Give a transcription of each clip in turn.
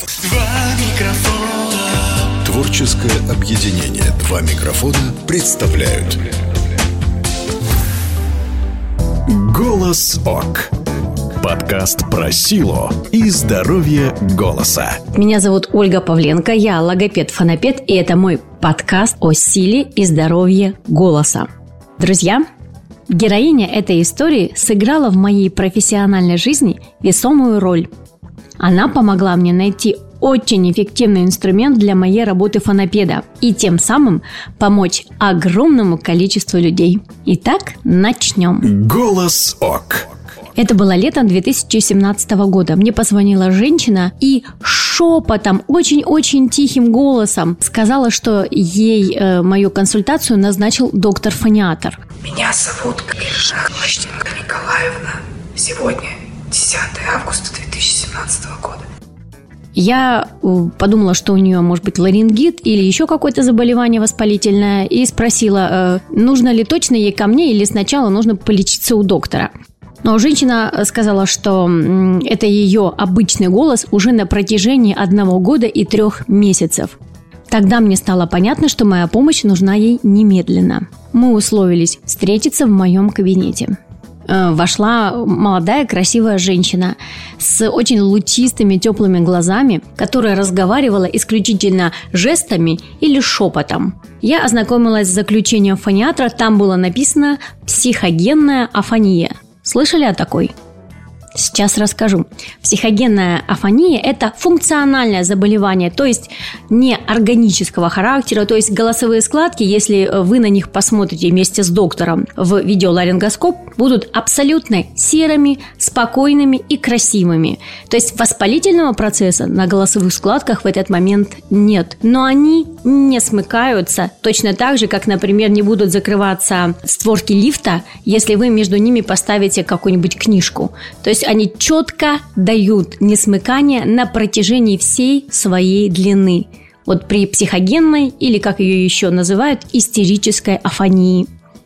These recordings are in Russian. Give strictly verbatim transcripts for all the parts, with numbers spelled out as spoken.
Два микрофона. Творческое объединение «Два микрофона» представляют «Голос ОК». Подкаст про силу и здоровье голоса. Меня зовут Ольга Павленко, я логопед-фонопед, и это мой подкаст о силе и здоровье голоса. Друзья, героиня этой истории сыграла в моей профессиональной жизни весомую роль. Она помогла мне найти очень эффективный инструмент для моей работы фонопеда и тем самым помочь огромному количеству людей. Итак, начнем. «Голос ОК». Это было летом две тысячи семнадцатого года. Мне позвонила женщина и шепотом, очень-очень тихим голосом сказала, что ей э, мою консультацию назначил доктор-фониатр. Меня зовут Ильина Плащенко Николаевна. Сегодня десятое августа две тысячи семнадцатого года. Я подумала, что у нее может быть ларингит или еще какое-то заболевание воспалительное, и спросила, э, нужно ли точно ей ко мне или сначала нужно полечиться у доктора. Но женщина сказала, что это ее обычный голос уже на протяжении одного года и трех месяцев. Тогда мне стало понятно, что моя помощь нужна ей немедленно. Мы условились встретиться в моем кабинете. Вошла молодая красивая женщина с очень лучистыми теплыми глазами, которая разговаривала исключительно жестами или шепотом. Я ознакомилась с заключением фониатра, там было написано «психогенная афония». Слышали о такой? Сейчас расскажу. Психогенная афония – это функциональное заболевание, то есть не органического характера, то есть голосовые складки, если вы на них посмотрите вместе с доктором в видеоларингоскоп, будут абсолютно серыми, спокойными и красивыми. То есть воспалительного процесса на голосовых складках в этот момент нет. Но они не смыкаются точно так же, как, например, не будут закрываться створки лифта, если вы между ними поставите какую-нибудь книжку. То есть они четко дают несмыкание на протяжении всей своей длины. Вот при психогенной, или как ее еще называют, истерической афонии.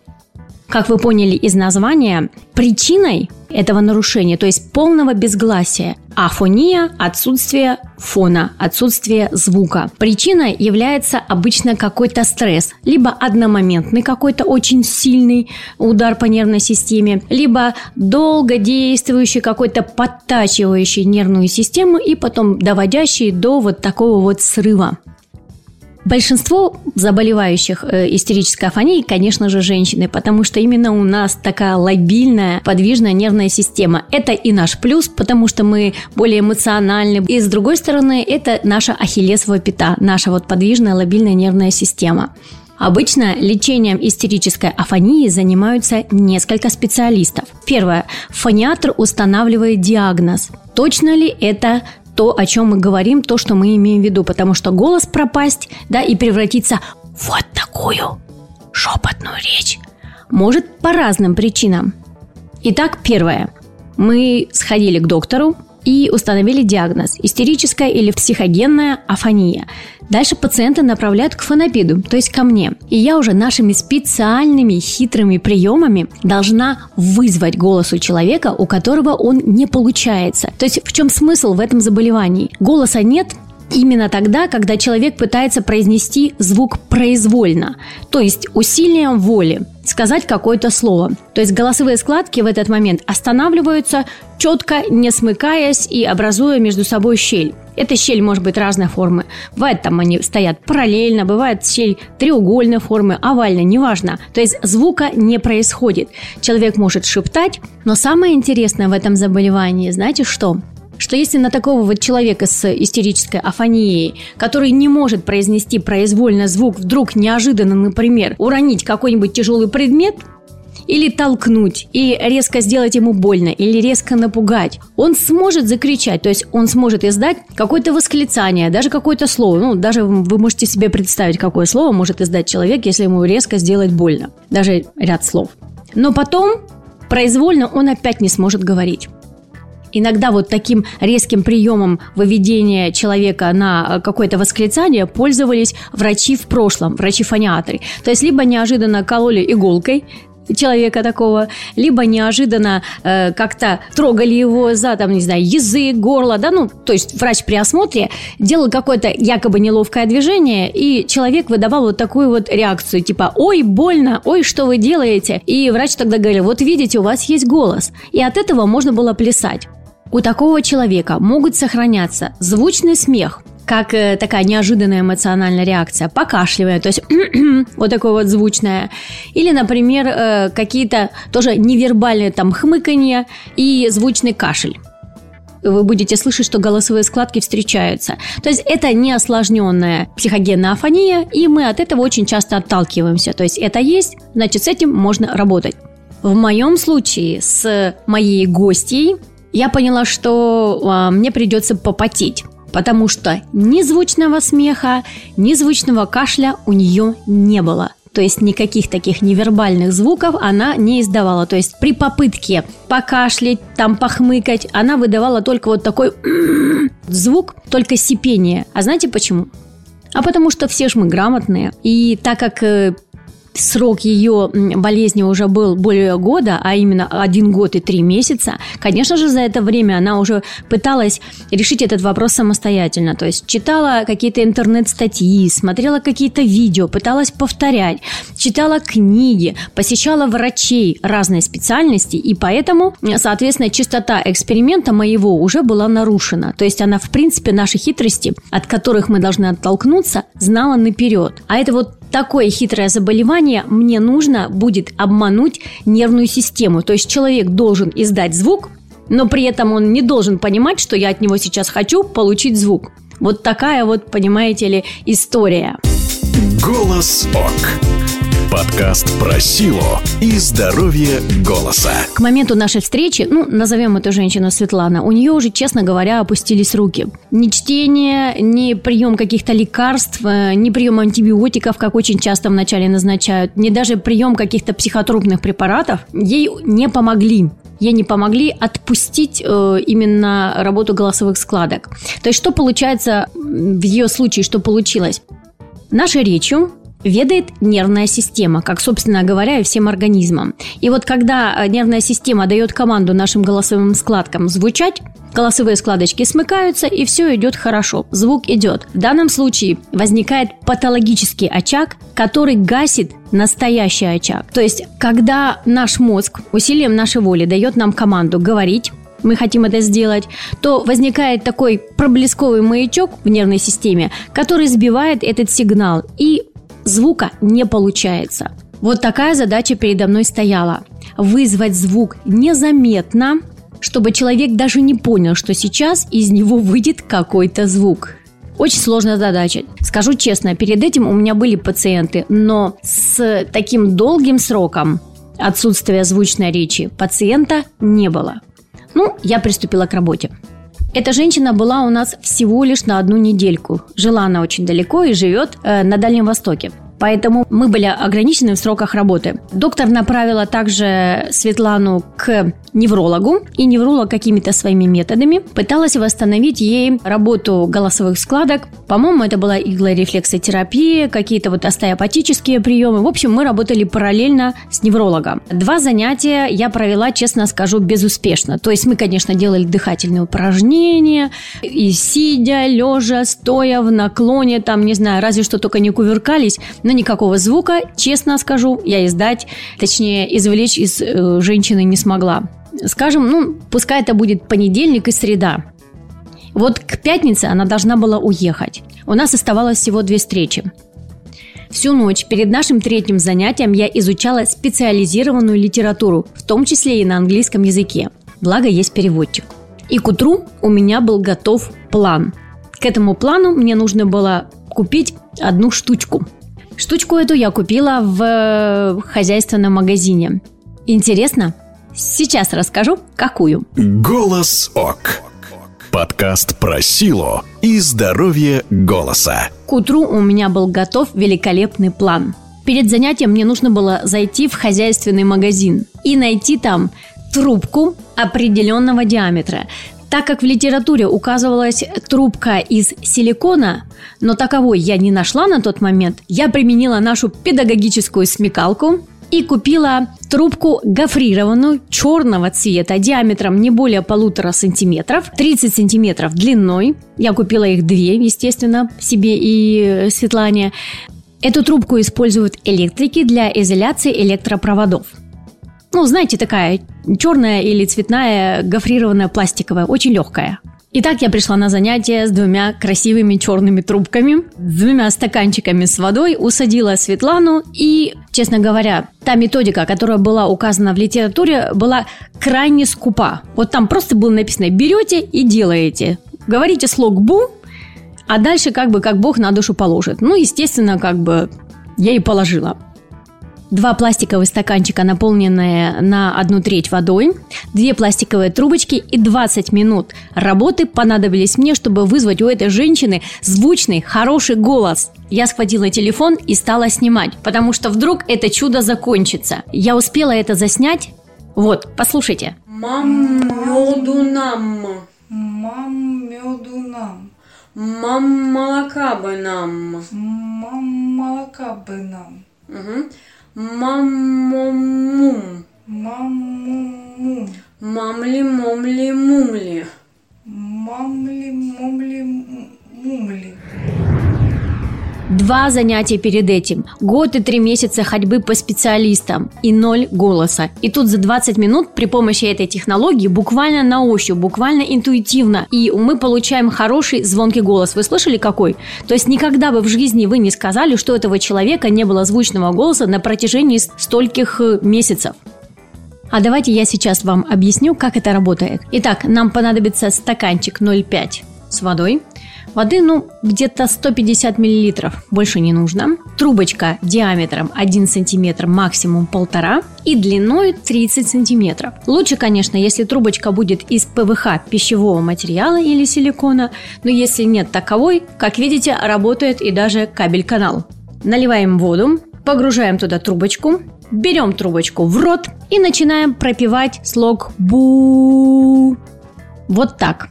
Как вы поняли из названия, причиной этого нарушения, то есть полного безгласия, афония – отсутствие фона, отсутствие звука. Причиной является обычно какой-то стресс, либо одномоментный какой-то очень сильный удар по нервной системе, либо долгодействующий какой-то подтачивающий нервную систему и потом доводящий до вот такого вот срыва. Большинство заболевающих истерической афонией, конечно же, женщины, потому что именно у нас такая лобильная, подвижная нервная система. Это и наш плюс, потому что мы более эмоциональны. И с другой стороны, это наша ахиллесова пята, наша вот подвижная лобильная нервная система. Обычно лечением истерической афонии занимаются несколько специалистов. Первое. Фониатр устанавливает диагноз. Точно ли это то, о чем мы говорим, то, что мы имеем в виду, потому что голос пропасть, да, и превратиться в вот такую шепотную речь может по разным причинам. Итак, первое. Мы сходили к доктору и установили диагноз – истерическая или психогенная афония. Дальше пациента направляют к фонопеду, то есть ко мне. И я уже нашими специальными хитрыми приемами должна вызвать голос у человека, у которого он не получается. То есть в чем смысл в этом заболевании? Голоса нет именно тогда, когда человек пытается произнести звук произвольно, то есть усилием воли сказать какое-то слово. То есть голосовые складки в этот момент останавливаются, четко не смыкаясь и образуя между собой щель. Эта щель может быть разной формы. Бывает, там они стоят параллельно, бывает щель треугольной формы, овальной, неважно. То есть звука не происходит. Человек может шептать, но самое интересное в этом заболевании, знаете что? Что если на такого вот человека с истерической афонией, который не может произнести произвольно звук, вдруг неожиданно, например, уронить какой-нибудь тяжелый предмет, или толкнуть, или резко сделать ему больно, или резко напугать, он сможет закричать, то есть он сможет издать какое-то восклицание, даже какое-то слово. Ну, даже вы можете себе представить, какое слово может издать человек, если ему резко сделать больно. Даже ряд слов. Но потом произвольно он опять не сможет говорить. Иногда вот таким резким приемом выведения человека на какое-то восклицание пользовались врачи в прошлом, врачи-фониатры. То есть либо неожиданно кололи иголкой, человека такого, либо неожиданно э, как-то трогали его за, там, не знаю, язык, горло, да, ну, то есть врач при осмотре делал какое-то якобы неловкое движение, и человек выдавал вот такую вот реакцию, типа, ой, больно, ой, что вы делаете? И врач тогда говорил, вот видите, у вас есть голос. И от этого можно было плясать. У такого человека могут сохраняться звучный смех, как э, такая неожиданная эмоциональная реакция, покашливание, то есть вот такое вот звучное. Или, например, э, какие-то тоже невербальные там хмыканье и звучный кашель. Вы будете слышать, что голосовые складки встречаются. То есть это не осложненная психогенная афония, и мы от этого очень часто отталкиваемся. То есть это есть, значит, с этим можно работать. В моем случае с моей гостьей я поняла, что а, мне придется попотеть. Потому что ни звучного смеха, ни звучного кашля у нее не было. То есть никаких таких невербальных звуков она не издавала. То есть при попытке покашлять, там похмыкать, она выдавала только вот такой звук, только сипение. А знаете почему? А потому что все ж мы грамотные. И так как срок ее болезни уже был более года, а именно один год и три месяца, конечно же, за это время она уже пыталась решить этот вопрос самостоятельно. То есть читала какие-то интернет-статьи, смотрела какие-то видео, пыталась повторять, читала книги, посещала врачей разной специальности, и поэтому, соответственно, частота эксперимента моего уже была нарушена. То есть она, в принципе, наши хитрости, от которых мы должны оттолкнуться, знала наперед. А это вот такое хитрое заболевание, мне нужно будет обмануть нервную систему. То есть человек должен издать звук, но при этом он не должен понимать, что я от него сейчас хочу получить звук. Вот такая вот, понимаете ли, история. Голос ОК. Подкаст про силу и здоровье голоса. К моменту нашей встречи, ну, назовем эту женщину Светлана, у нее уже, честно говоря, опустились руки. Ни чтение, ни прием каких-то лекарств, ни прием антибиотиков, как очень часто вначале назначают, ни даже прием каких-то психотропных препаратов ей не помогли. Ей не помогли отпустить э, именно работу голосовых складок. То есть, что получается в ее случае, что получилось? Нашей речью ведает нервная система, как, собственно говоря, и всем организмом. И вот когда нервная система дает команду нашим голосовым складкам звучать, голосовые складочки смыкаются, и все идет хорошо, звук идет. В данном случае возникает патологический очаг, который гасит настоящий очаг. То есть, когда наш мозг усилием нашей воли дает нам команду говорить, мы хотим это сделать, то возникает такой проблесковый маячок в нервной системе, который сбивает этот сигнал, и звука не получается. Вот такая задача передо мной стояла. Вызвать звук незаметно, чтобы человек даже не понял, что сейчас из него выйдет какой-то звук. Очень сложная задача. Скажу честно, перед этим у меня были пациенты, но с таким долгим сроком отсутствия звучной речи пациента не было. Ну, я приступила к работе. Эта женщина была у нас всего лишь на одну недельку. Жила она очень далеко и живет э, на Дальнем Востоке. Поэтому мы были ограничены в сроках работы. Доктор направила также Светлану к неврологу, и невролог какими-то своими методами пыталась восстановить ей работу голосовых складок. По-моему, это была иглорефлексотерапия, какие-то вот остеопатические приемы. В общем, мы работали параллельно с неврологом. Два занятия я провела, честно скажу, безуспешно. То есть мы, конечно, делали дыхательные упражнения, и сидя, лежа, стоя, в наклоне, там, не знаю, разве что только не кувыркались, но никакого звука, честно скажу, я издать, точнее, извлечь из э, женщины не смогла. Скажем, ну, пускай это будет понедельник и среда. Вот к пятнице она должна была уехать. У нас оставалось всего две встречи. Всю ночь перед нашим третьим занятием я изучала специализированную литературу, в том числе и на английском языке. Благо, есть переводчик. И к утру у меня был готов план. К этому плану мне нужно было купить одну штучку. Штучку эту я купила в хозяйственном магазине. Интересно? Сейчас расскажу, какую. Голос ОК. Подкаст про силу и здоровье голоса. К утру у меня был готов великолепный план. Перед занятием мне нужно было зайти в хозяйственный магазин и найти там трубку определенного диаметра. Так как в литературе указывалась трубка из силикона, но таковой я не нашла на тот момент, я применила нашу педагогическую смекалку и купила трубку гофрированную, черного цвета, диаметром не более полутора сантиметров, тридцать сантиметров длиной. Я купила их две, естественно, себе и Светлане. Эту трубку используют электрики для изоляции электропроводов. Ну, знаете, такая черная или цветная гофрированная пластиковая, очень легкая. Итак, я пришла на занятие с двумя красивыми черными трубками, с двумя стаканчиками с водой, усадила Светлану и, честно говоря, та методика, которая была указана в литературе, была крайне скупа. Вот там просто было написано «берете и делаете». Говорите слог «бу», а дальше как бы как Бог на душу положит. Ну, естественно, как бы я и положила. Два пластиковых стаканчика, наполненные на одну треть водой, две пластиковые трубочки и двадцать минут работы понадобились мне, чтобы вызвать у этой женщины звучный, хороший голос. Я схватила телефон и стала снимать, потому что вдруг это чудо закончится. Я успела это заснять. Вот, послушайте. Мам, меду нам. Мам, меду нам. Мам, молока бы нам. Мам, молока бы нам. Угу. Мам-мом-мум. Мам-мум-мум. Мамли-момли-мумли. Мамли-момли-мумли. Два занятия перед этим, год и три месяца ходьбы по специалистам и ноль голоса. И тут за двадцать минут при помощи этой технологии буквально на ощупь, буквально интуитивно, и мы получаем хороший звонкий голос. Вы слышали какой? То есть никогда бы в жизни вы не сказали, что у этого человека не было звучного голоса на протяжении стольких месяцев. А давайте я сейчас вам объясню, как это работает. Итак, нам понадобится стаканчик ноль целых пять с водой. Воды, ну, где-то сто пятьдесят миллилитров, больше не нужно. Трубочка диаметром один сантиметр, максимум полтора, и длиной тридцать сантиметров. Лучше, конечно, если трубочка будет из ПВХ, пищевого материала или силикона, но если нет таковой, как видите, работает и даже кабель-канал. Наливаем воду, погружаем туда трубочку, берем трубочку в рот и начинаем пропевать слог «бу». Вот так.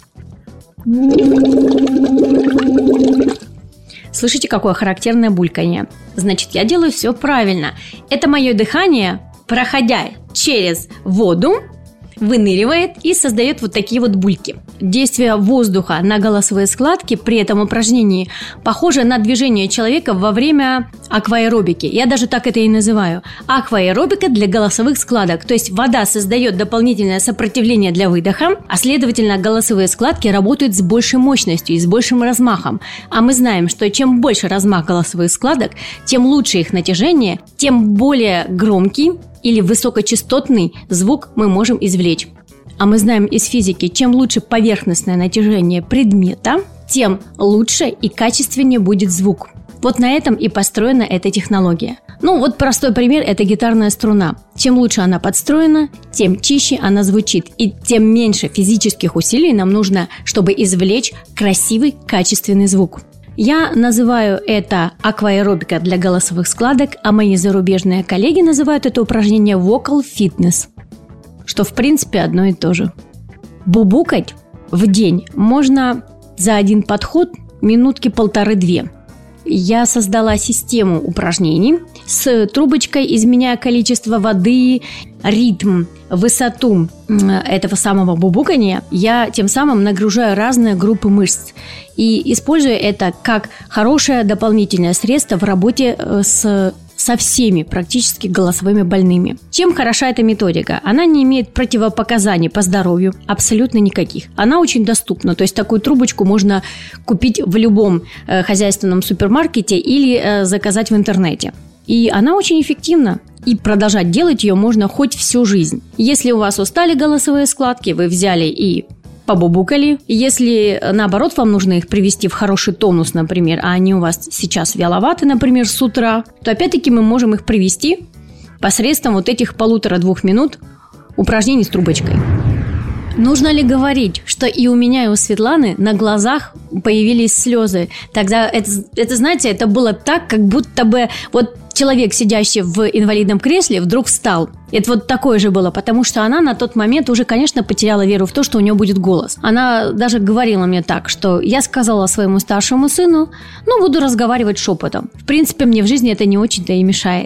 Слышите, какое характерное бульканье? Значит, я делаю все правильно. Это мое дыхание, проходя через воду, выныривает и создает вот такие вот бульки. Действие воздуха на голосовые складки при этом упражнении похоже на движение человека во время акваэробики. Я даже так это и называю. Акваэробика для голосовых складок. То есть вода создает дополнительное сопротивление для выдоха, а следовательно голосовые складки работают с большей мощностью и с большим размахом. А мы знаем, что чем больше размах голосовых складок, тем лучше их натяжение, тем более громкий или высокочастотный звук мы можем извлечь. А мы знаем из физики, чем лучше поверхностное натяжение предмета, тем лучше и качественнее будет звук. Вот на этом и построена эта технология. Ну, вот простой пример – это гитарная струна. Чем лучше она подстроена, тем чище она звучит. И тем меньше физических усилий нам нужно, чтобы извлечь красивый, качественный звук. Я называю это акваэробика для голосовых складок, а мои зарубежные коллеги называют это упражнение vocal fitness, что в принципе одно и то же. Бубукать в день можно за один подход минутки полторы-две. Я создала систему упражнений с трубочкой, изменяя количество воды, ритм, высоту этого самого бубукания. Я тем самым нагружаю разные группы мышц и использую это как хорошее дополнительное средство в работе с со всеми практически голосовыми больными. Чем хороша эта методика? Она не имеет противопоказаний по здоровью, абсолютно никаких. Она очень доступна, то есть такую трубочку можно купить в любом э, хозяйственном супермаркете или э, заказать в интернете. И она очень эффективна. И продолжать делать ее можно хоть всю жизнь. Если у вас устали голосовые складки, вы взяли и побубукали. Если, наоборот, вам нужно их привести в хороший тонус, например, а они у вас сейчас вяловаты, например, с утра, то опять-таки мы можем их привести посредством вот этих полутора-двух минут упражнений с трубочкой. Нужно ли говорить, что и у меня, и у Светланы на глазах появились слезы? Тогда это, это, знаете, это было так, как будто бы вот человек, сидящий в инвалидном кресле, вдруг встал. Это вот такое же было, потому что она на тот момент уже, конечно, потеряла веру в то, что у нее будет голос. Она даже говорила мне так, что я сказала своему старшему сыну, ну, буду разговаривать шепотом. В принципе, мне в жизни это не очень-то и мешает.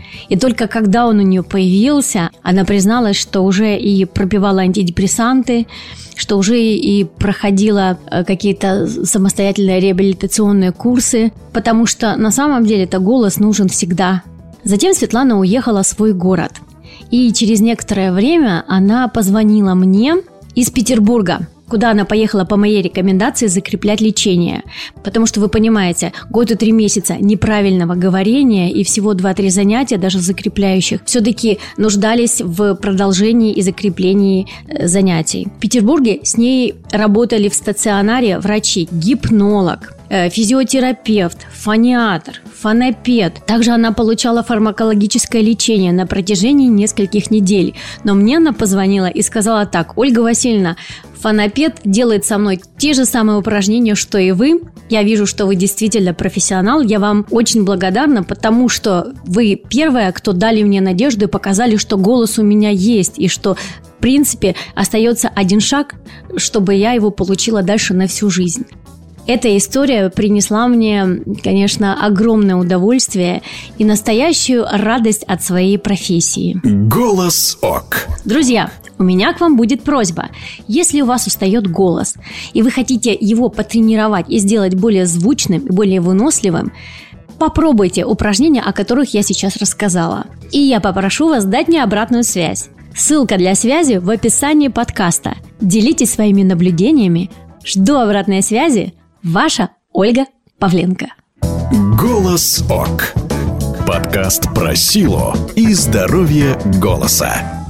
И только когда он у нее появился, она призналась, что уже и пропивала антидепрессанты, что уже и проходила какие-то самостоятельные реабилитационные курсы, потому что на самом деле это голос нужен всегда. Затем Светлана уехала в свой город. И через некоторое время она позвонила мне из Петербурга, куда она поехала по моей рекомендации закреплять лечение. Потому что, вы понимаете, год и три месяца неправильного говорения и всего два-три занятия, даже закрепляющих, все-таки нуждались в продолжении и закреплении занятий. В Петербурге с ней работали в стационаре врачи, гипнолог, физиотерапевт, фониатор, фонопед. Также она получала фармакологическое лечение на протяжении нескольких недель. Но мне она позвонила и сказала так: Ольга Васильевна, фонопед делает со мной те же самые упражнения, что и вы. Я вижу, что вы действительно профессионал. Я вам очень благодарна, потому что вы первая, кто дали мне надежду и показали, что голос у меня есть, и что, в принципе, остается один шаг, чтобы я его получила дальше на всю жизнь. Эта история принесла мне, конечно, огромное удовольствие и настоящую радость от своей профессии. Голос ОК. Друзья, у меня к вам будет просьба. Если у вас устает голос, и вы хотите его потренировать и сделать более звучным и более выносливым, попробуйте упражнения, о которых я сейчас рассказала. И я попрошу вас дать мне обратную связь. Ссылка для связи в описании подкаста. Делитесь своими наблюдениями. Жду обратной связи. Ваша Ольга Павленко. Голос ОК. Подкаст про силу и здоровье голоса.